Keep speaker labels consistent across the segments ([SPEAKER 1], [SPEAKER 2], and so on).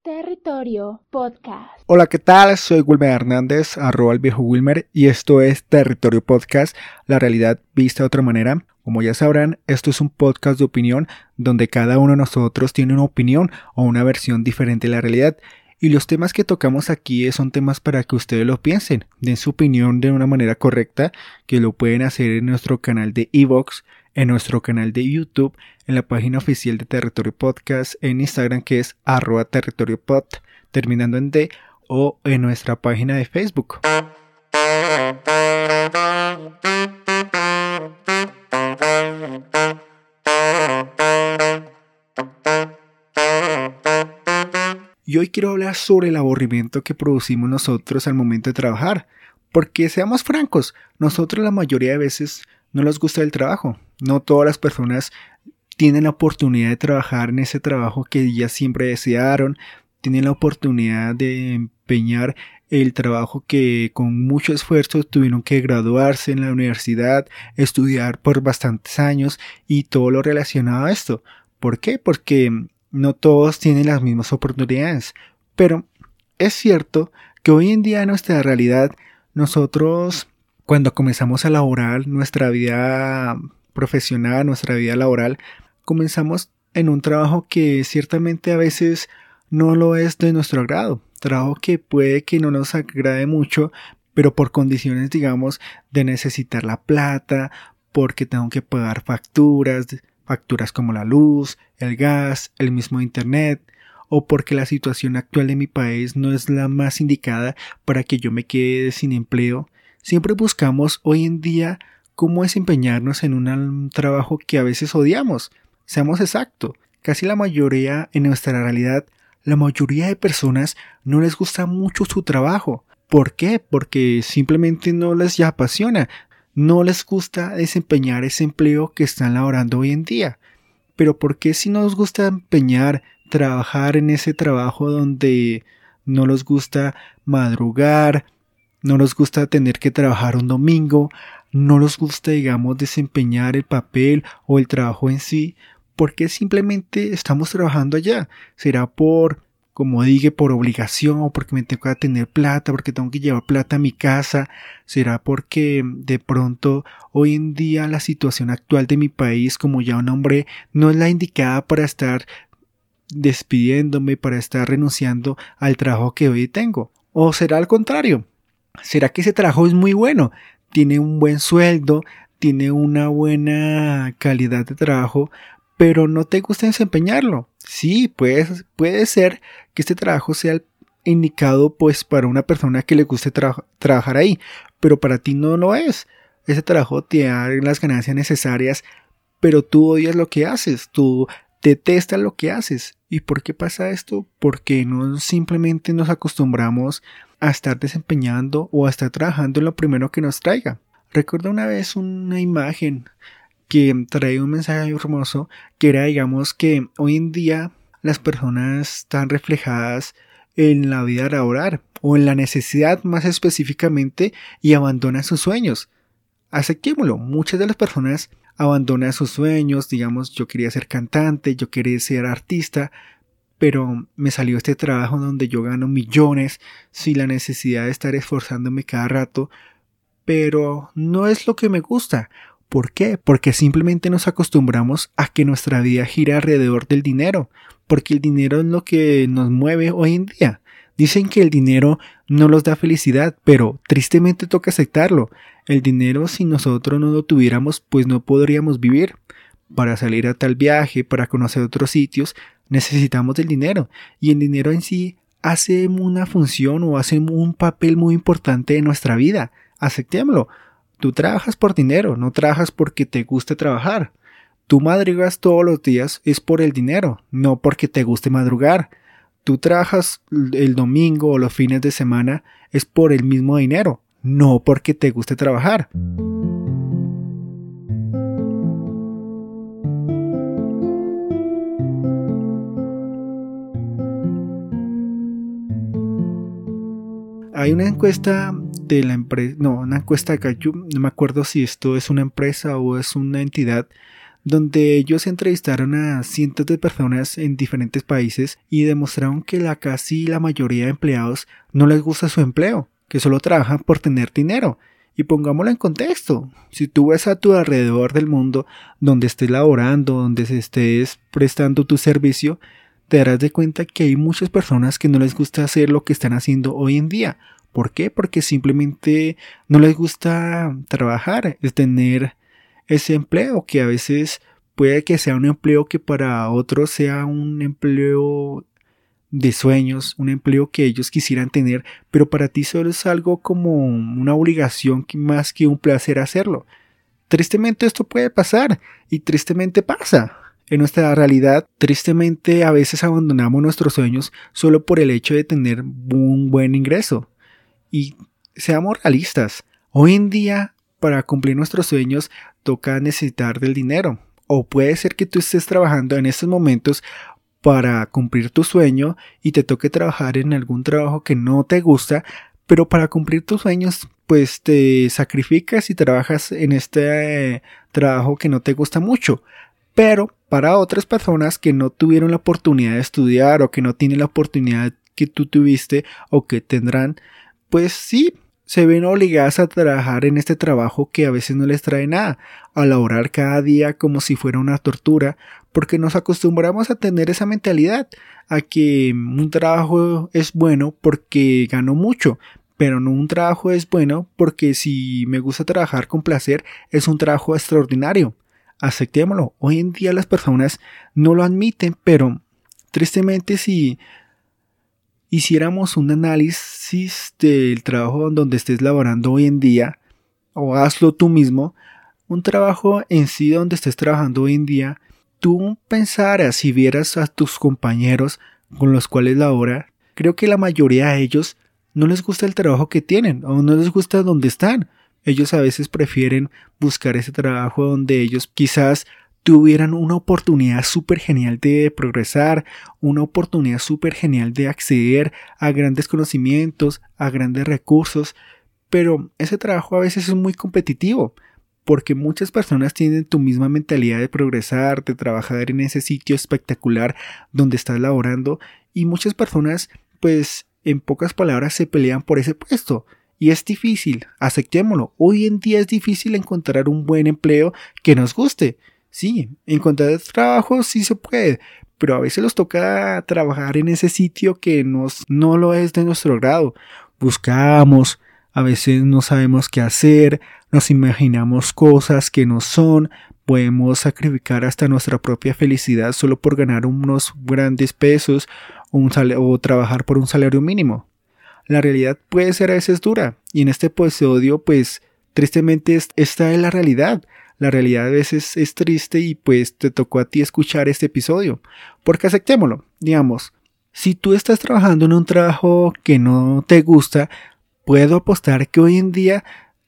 [SPEAKER 1] Territorio Podcast.
[SPEAKER 2] Hola, ¿qué tal? Soy Wilmer Hernández, @el viejo Wilmer, y esto es Territorio Podcast, la realidad vista de otra manera. Como ya sabrán, esto es un podcast de opinión donde cada uno de nosotros tiene una opinión o una versión diferente de la realidad. Y los temas que tocamos aquí son temas para que ustedes lo piensen, den su opinión de una manera correcta, que lo pueden hacer en nuestro canal de iVoox, en nuestro canal de YouTube, en la página oficial de Territorio Podcast, en Instagram que es @territoriopod, terminando en D, o en nuestra página de Facebook. Y hoy quiero hablar sobre el aburrimiento que producimos nosotros al momento de trabajar. Porque seamos francos, nosotros la mayoría de veces no nos gusta el trabajo. No todas las personas tienen la oportunidad de trabajar en ese trabajo que ya siempre desearon. Tienen la oportunidad de empeñar el trabajo que con mucho esfuerzo tuvieron que graduarse en la universidad, estudiar por bastantes años y todo lo relacionado a esto. ¿Por qué? Porque no todos tienen las mismas oportunidades. Pero es cierto que hoy en día en nuestra realidad, nosotros cuando comenzamos a laborar nuestra vida profesional, nuestra vida laboral, comenzamos en un trabajo que ciertamente a veces no lo es de nuestro agrado. Trabajo que puede que no nos agrade mucho, pero por condiciones, digamos, de necesitar la plata, porque tengo que pagar facturas como la luz, el gas, el mismo internet, o porque la situación actual de mi país no es la más indicada para que yo me quede sin empleo. Siempre buscamos hoy en día cómo desempeñarnos en un trabajo que a veces odiamos. Seamos exactos, casi la mayoría en nuestra realidad, la mayoría de personas no les gusta mucho su trabajo. ¿Por qué? Porque simplemente no les apasiona, no les gusta desempeñar ese empleo que están laborando hoy en día. Pero ¿por qué si nos gusta trabajar en ese trabajo donde no nos gusta madrugar, no nos gusta tener que trabajar un domingo, no nos gusta, digamos, desempeñar el papel o el trabajo en sí? ¿Por qué simplemente estamos trabajando allá? ¿Será como dije, por obligación o porque me tengo que tener plata, porque tengo que llevar plata a mi casa? ¿Será porque de pronto hoy en día la situación actual de mi país, como ya un hombre, no es la indicada para estar despidiéndome, para estar renunciando al trabajo que hoy tengo? ¿O será al contrario? ¿Será que ese trabajo es muy bueno? Tiene un buen sueldo, tiene una buena calidad de trabajo, pero no te gusta desempeñarlo. Sí, puede ser que este trabajo sea el indicado pues para una persona que le guste trabajar ahí, pero para ti no lo es. Ese trabajo te da las ganancias necesarias, pero tú odias lo que haces, tú detestas lo que haces. ¿Y por qué pasa esto? Porque no simplemente nos acostumbramos a estar desempeñando o a estar trabajando en lo primero que nos traiga. Recuerdo una vez una imagen que traía un mensaje hermoso, que era, digamos, que hoy en día las personas están reflejadas en la vida laboral o en la necesidad más específicamente y abandonan sus sueños. Aceptémoslo, muchas de las personas abandonan sus sueños, digamos, yo quería ser cantante, yo quería ser artista, pero me salió este trabajo donde yo gano millones sin la necesidad de estar esforzándome cada rato, pero no es lo que me gusta. ¿Por qué? Porque simplemente nos acostumbramos a que nuestra vida gira alrededor del dinero, porque el dinero es lo que nos mueve hoy en día. Dicen que el dinero no nos da felicidad, pero tristemente toca aceptarlo. El dinero, si nosotros no lo tuviéramos, pues no podríamos vivir. Para salir a tal viaje, para conocer otros sitios, necesitamos del dinero. Y el dinero en sí hace una función o hace un papel muy importante en nuestra vida. Aceptémoslo. Tú trabajas por dinero, no trabajas porque te guste trabajar. Tú madrugas todos los días es por el dinero, no porque te guste madrugar. Tú trabajas el domingo o los fines de semana es por el mismo dinero, no porque te guste trabajar. Hay una encuesta de la empresa, no, una encuesta de Gallup, no me acuerdo si esto es una empresa o es una entidad donde ellos entrevistaron a cientos de personas en diferentes países y demostraron que casi la mayoría de empleados no les gusta su empleo, que solo trabajan por tener dinero. Y pongámoslo en contexto, si tú ves a tu alrededor del mundo donde estés laborando, donde estés prestando tu servicio, te darás de cuenta que hay muchas personas que no les gusta hacer lo que están haciendo hoy en día. ¿Por qué? Porque simplemente no les gusta trabajar, es tener ese empleo que a veces puede que sea un empleo que para otros sea un empleo de sueños, un empleo que ellos quisieran tener, pero para ti solo es algo como una obligación más que un placer hacerlo. Tristemente esto puede pasar y tristemente pasa. En nuestra realidad, tristemente a veces abandonamos nuestros sueños solo por el hecho de tener un buen ingreso. Y seamos realistas, hoy en día para cumplir nuestros sueños toca necesitar del dinero. O puede ser que tú estés trabajando en estos momentos para cumplir tu sueño y te toque trabajar en algún trabajo que no te gusta, pero para cumplir tus sueños pues te sacrificas y trabajas en este trabajo que no te gusta mucho. Pero para otras personas que no tuvieron la oportunidad de estudiar o que no tienen la oportunidad que tú tuviste o que tendrán, pues sí, se ven obligadas a trabajar en este trabajo que a veces no les trae nada, a laborar cada día como si fuera una tortura, porque nos acostumbramos a tener esa mentalidad, a que un trabajo es bueno porque gano mucho, pero no un trabajo es bueno porque si me gusta trabajar con placer es un trabajo extraordinario. Aceptémoslo, hoy en día las personas no lo admiten, pero tristemente si hiciéramos un análisis del trabajo donde estés laborando hoy en día, o hazlo tú mismo, un trabajo en sí donde estés trabajando hoy en día, tú pensaras y vieras a tus compañeros con los cuales laboras, creo que la mayoría de ellos no les gusta el trabajo que tienen o no les gusta donde están. Ellos a veces prefieren buscar ese trabajo donde ellos quizás tuvieran una oportunidad súper genial de progresar, una oportunidad súper genial de acceder a grandes conocimientos, a grandes recursos, pero ese trabajo a veces es muy competitivo, porque muchas personas tienen tu misma mentalidad de progresar, de trabajar en ese sitio espectacular donde estás laborando, y muchas personas, pues, en pocas palabras, se pelean por ese puesto. Y es difícil, aceptémoslo, hoy en día es difícil encontrar un buen empleo que nos guste. Sí, encontrar trabajo sí se puede, pero a veces nos toca trabajar en ese sitio que no lo es de nuestro grado. Buscamos, a veces no sabemos qué hacer, nos imaginamos cosas que no son, podemos sacrificar hasta nuestra propia felicidad solo por ganar unos grandes pesos o trabajar por un salario mínimo. La realidad puede ser a veces dura y en este episodio pues tristemente esta es la realidad. La realidad a veces es triste y pues te tocó a ti escuchar este episodio. Porque aceptémoslo, digamos, si tú estás trabajando en un trabajo que no te gusta, puedo apostar que hoy en día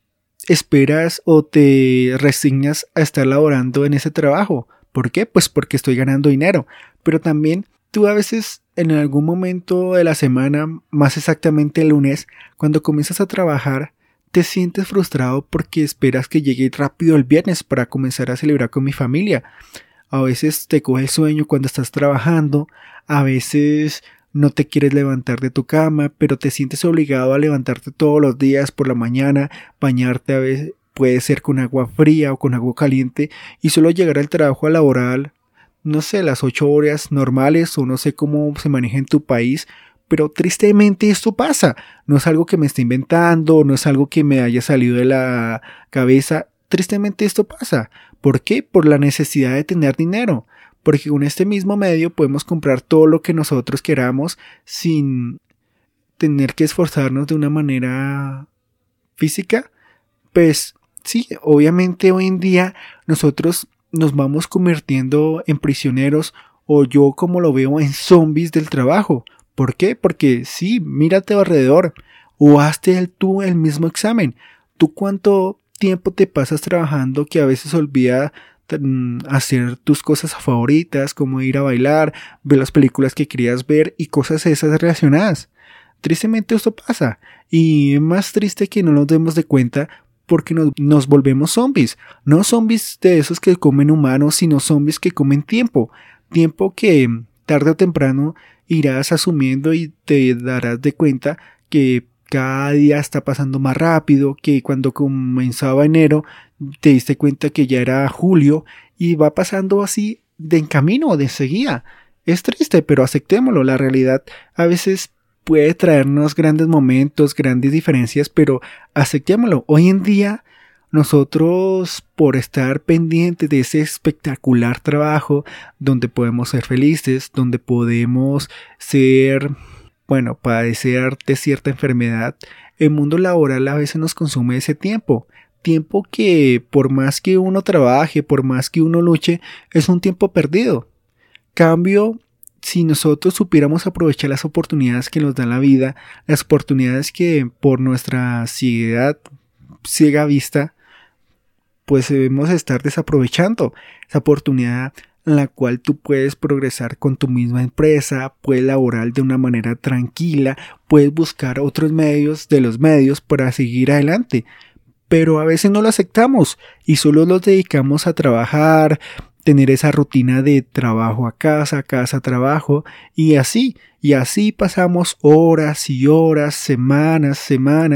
[SPEAKER 2] esperas o te resignas a estar laborando en ese trabajo. ¿Por qué? Pues porque estoy ganando dinero. Pero también tú a veces en algún momento de la semana, más exactamente el lunes, cuando comienzas a trabajar, te sientes frustrado porque esperas que llegue rápido el viernes para comenzar a celebrar con mi familia. A veces te coge el sueño cuando estás trabajando, a veces no te quieres levantar de tu cama, pero te sientes obligado a levantarte todos los días por la mañana, bañarte a veces, puede ser con agua fría o con agua caliente, y solo llegar al trabajo laboral, no sé, las 8 horas normales o no sé cómo se maneja en tu país. Pero tristemente esto pasa, no es algo que me esté inventando, no es algo que me haya salido de la cabeza, tristemente esto pasa. ¿Por qué? Por la necesidad de tener dinero, porque con este mismo medio podemos comprar todo lo que nosotros queramos sin tener que esforzarnos de una manera física. Pues sí, obviamente hoy en día nosotros nos vamos convirtiendo en prisioneros o yo como lo veo en zombies del trabajo. ¿Por qué? Porque sí, mírate alrededor o hazte tú el mismo examen. ¿Tú cuánto tiempo te pasas trabajando que a veces olvida hacer tus cosas favoritas como ir a bailar, ver las películas que querías ver y cosas esas relacionadas? Tristemente esto pasa y es más triste que no nos demos de cuenta porque nos volvemos zombies. No zombies de esos que comen humanos, sino zombies que comen tiempo. Tiempo que tarde o temprano irás asumiendo y te darás de cuenta que cada día está pasando más rápido, que cuando comenzaba enero te diste cuenta que ya era julio y va pasando así de en camino, de enseguida. Es triste, pero aceptémoslo. La realidad a veces puede traernos grandes momentos, grandes diferencias, pero aceptémoslo. Hoy en día nosotros, por estar pendientes de ese espectacular trabajo donde podemos ser felices, donde podemos padecer de cierta enfermedad, el mundo laboral a veces nos consume ese tiempo. Tiempo que por más que uno trabaje, por más que uno luche, es un tiempo perdido. Cambio, si nosotros supiéramos aprovechar las oportunidades que nos da la vida, las oportunidades que por nuestra ciega vista, pues debemos estar desaprovechando esa oportunidad en la cual tú puedes progresar con tu misma empresa, puedes laborar de una manera tranquila, puedes buscar otros medios de los medios para seguir adelante, pero a veces no lo aceptamos y solo nos dedicamos a trabajar, tener esa rutina de trabajo a casa, trabajo y así pasamos horas y horas, semanas,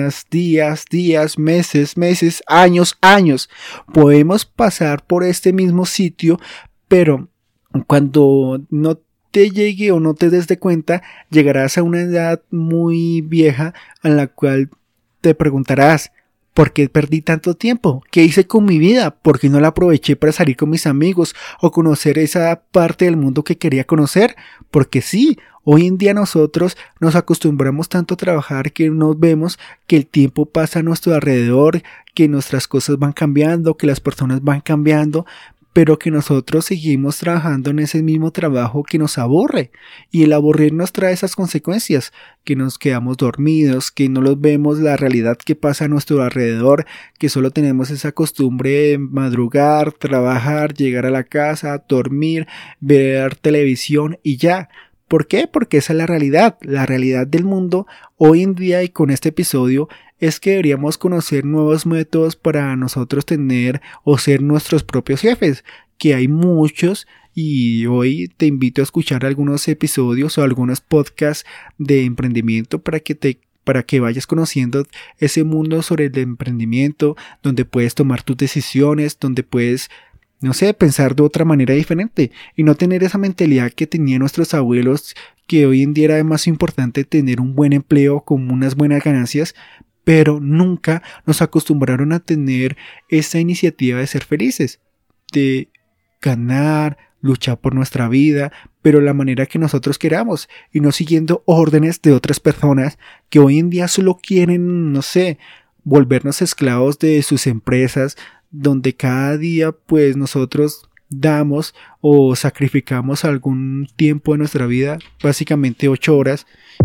[SPEAKER 2] días, meses, años. Podemos pasar por este mismo sitio, pero cuando no te llegue o no te des de cuenta, llegarás a una edad muy vieja en la cual te preguntarás: ¿por qué perdí tanto tiempo? ¿Qué hice con mi vida? ¿Por qué no la aproveché para salir con mis amigos o conocer esa parte del mundo que quería conocer? Porque sí, hoy en día nosotros nos acostumbramos tanto a trabajar que nos vemos que el tiempo pasa a nuestro alrededor, que nuestras cosas van cambiando, que las personas van cambiando, pero que nosotros seguimos trabajando en ese mismo trabajo que nos aburre, y el aburrirnos trae esas consecuencias, que nos quedamos dormidos, que no los vemos la realidad que pasa a nuestro alrededor, que solo tenemos esa costumbre de madrugar, trabajar, llegar a la casa, dormir, ver televisión y ya. ¿Por qué? Porque esa es la realidad del mundo hoy en día, y con este episodio es que deberíamos conocer nuevos métodos para nosotros tener o ser nuestros propios jefes, que hay muchos, y hoy te invito a escuchar algunos episodios o algunos podcasts de emprendimiento para que vayas conociendo ese mundo sobre el emprendimiento, donde puedes tomar tus decisiones, donde puedes, no sé, pensar de otra manera diferente y no tener esa mentalidad que tenían nuestros abuelos, que hoy en día era más importante tener un buen empleo con unas buenas ganancias, pero nunca nos acostumbraron a tener esa iniciativa de ser felices, de ganar, luchar por nuestra vida, pero la manera que nosotros queramos y no siguiendo órdenes de otras personas que hoy en día solo quieren, no sé, volvernos esclavos de sus empresas, donde cada día pues nosotros damos o sacrificamos algún tiempo de nuestra vida, básicamente 8 horas.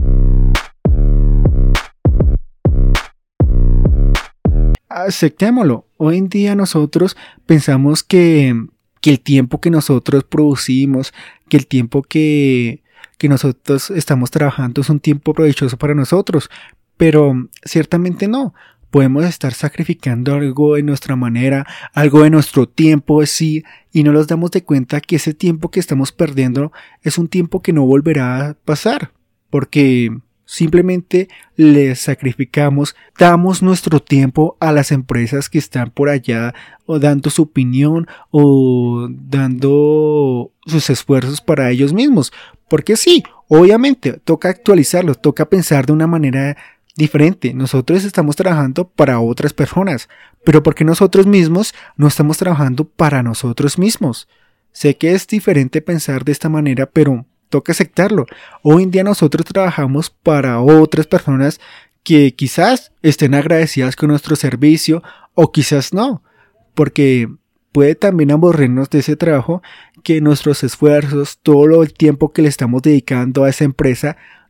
[SPEAKER 2] Aceptémoslo. Hoy en día nosotros pensamos que el tiempo que nosotros producimos, que el tiempo que nosotros estamos trabajando es un tiempo provechoso para nosotros, pero ciertamente no. Podemos estar sacrificando algo de nuestra manera, algo de nuestro tiempo, sí, y no nos damos de cuenta que ese tiempo que estamos perdiendo es un tiempo que no volverá a pasar, porque simplemente le sacrificamos, damos nuestro tiempo a las empresas que están por allá o dando su opinión o dando sus esfuerzos para ellos mismos. Porque sí, obviamente toca actualizarlo, toca pensar de una manera diferente. Nosotros estamos trabajando para otras personas, pero porque nosotros mismos no estamos trabajando para nosotros mismos. Sé que es diferente pensar de esta manera, pero toca aceptarlo. Hoy en día nosotros trabajamos para otras personas que quizás estén agradecidas con nuestro servicio o quizás no, porque puede también aburrirnos de ese trabajo, que nuestros esfuerzos, todo el tiempo que le estamos dedicando a esa empresa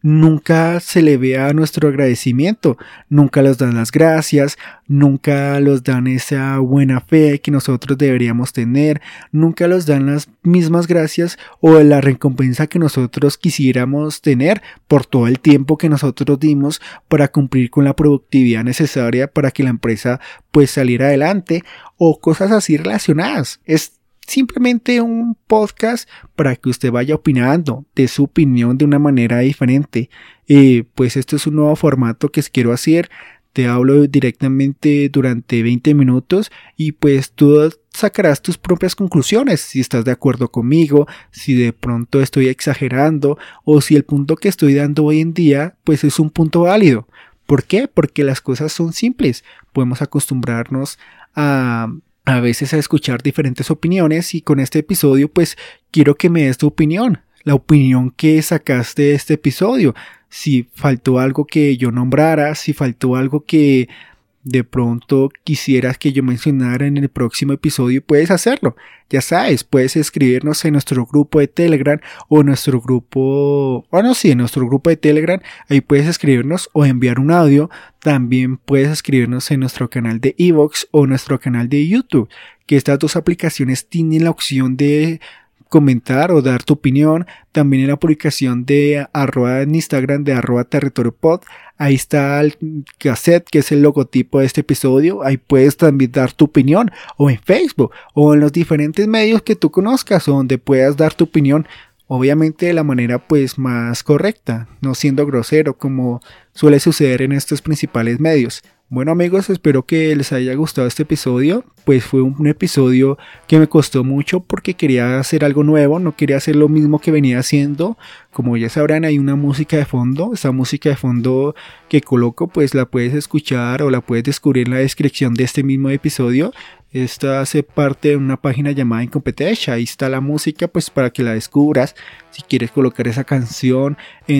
[SPEAKER 2] nunca se le vea nuestro agradecimiento, nunca les dan las gracias, nunca los dan esa buena fe que nosotros deberíamos tener, nunca los dan las mismas gracias o la recompensa que nosotros quisiéramos tener por todo el tiempo que nosotros dimos para cumplir con la productividad necesaria para que la empresa pues saliera adelante o cosas así relacionadas. Es simplemente un podcast para que usted vaya opinando de su opinión de una manera diferente. Pues este es un nuevo formato que quiero hacer. Te hablo directamente durante 20 minutos y pues tú sacarás tus propias conclusiones, si estás de acuerdo conmigo, si de pronto estoy exagerando o si el punto que estoy dando hoy en día pues es un punto válido. ¿Por qué? Porque las cosas son simples. Podemos acostumbrarnos a veces a escuchar diferentes opiniones y con este episodio pues quiero que me des tu opinión, la opinión que sacaste de este episodio, si faltó algo que yo nombrara, si faltó algo que de pronto quisieras que yo mencionara en el próximo episodio, puedes hacerlo. Ya sabes, puedes escribirnos en nuestro grupo de Telegram o en nuestro grupo, en nuestro grupo de Telegram, ahí puedes escribirnos o enviar un audio. También puedes escribirnos en nuestro canal de iVoox o nuestro canal de YouTube, que estas dos aplicaciones tienen la opción de comentar o dar tu opinión. También en la publicación de en Instagram de @territoriopod, ahí está el cassette que es el logotipo de este episodio, ahí puedes también dar tu opinión, o en Facebook o en los diferentes medios que tú conozcas o donde puedas dar tu opinión, obviamente de la manera pues más correcta, no siendo grosero como suele suceder en estos principales medios. Bueno amigos, espero que les haya gustado este episodio, pues fue un episodio que me costó mucho porque quería hacer algo nuevo, no quería hacer lo mismo que venía haciendo. Como ya sabrán, hay una música de fondo, esa música de fondo que coloco pues la puedes escuchar o la puedes descubrir en la descripción de este mismo episodio. Esta hace parte de una página llamada Incompetencia, ahí está la música pues para que la descubras. Si quieres colocar esa canción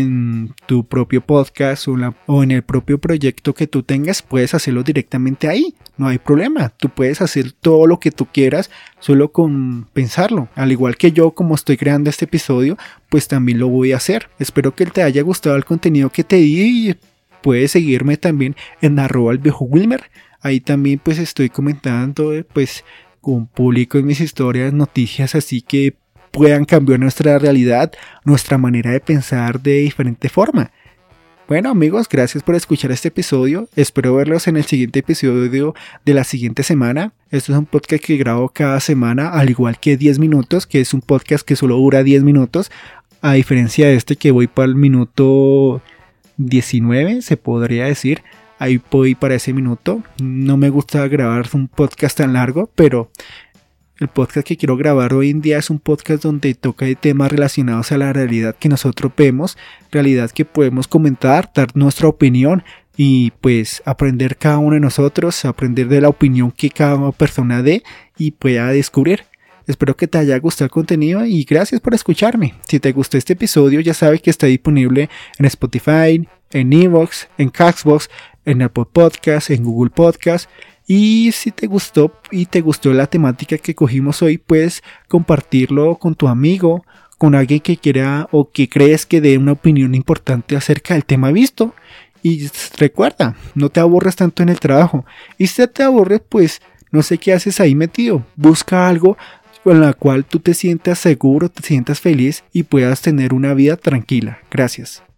[SPEAKER 2] en tu propio podcast o en el propio proyecto que tú tengas, puedes hacerlo directamente ahí, no hay problema. Tú puedes hacer todo lo que tú quieras solo con pensarlo. Al igual que yo, como estoy creando este episodio, pues también lo voy a hacer. Espero que te haya gustado el contenido que te di y puedes seguirme también en @elviejowilmer. Ahí también pues estoy comentando, pues publico en mis historias noticias así que puedan cambiar nuestra realidad, nuestra manera de pensar de diferente forma. Bueno amigos, gracias por escuchar este episodio, espero verlos en el siguiente episodio de la siguiente semana. Esto es un podcast que grabo cada semana, al igual que 10 minutos, que es un podcast que solo dura 10 minutos, a diferencia de este que voy para el minuto 19, se podría decir. Ahí voy para ese minuto. No me gusta grabar un podcast tan largo, pero el podcast que quiero grabar hoy en día es un podcast donde toca temas relacionados a la realidad que nosotros vemos, realidad que podemos comentar, dar nuestra opinión y pues aprender cada uno de nosotros, aprender de la opinión que cada persona dé y pueda descubrir. Espero que te haya gustado el contenido y gracias por escucharme. Si te gustó este episodio, ya sabes que está disponible en Spotify, en iVoox, en Castbox, en Apple Podcast, en Google Podcast. Y si te gustó la temática que cogimos hoy, puedes compartirlo con tu amigo, con alguien que quiera o que crees que dé una opinión importante acerca del tema visto. Y recuerda, no te aburres tanto en el trabajo. Y si te aburres, pues no sé qué haces ahí metido. Busca algo con la cual tú te sientas seguro, te sientas feliz y puedas tener una vida tranquila. Gracias.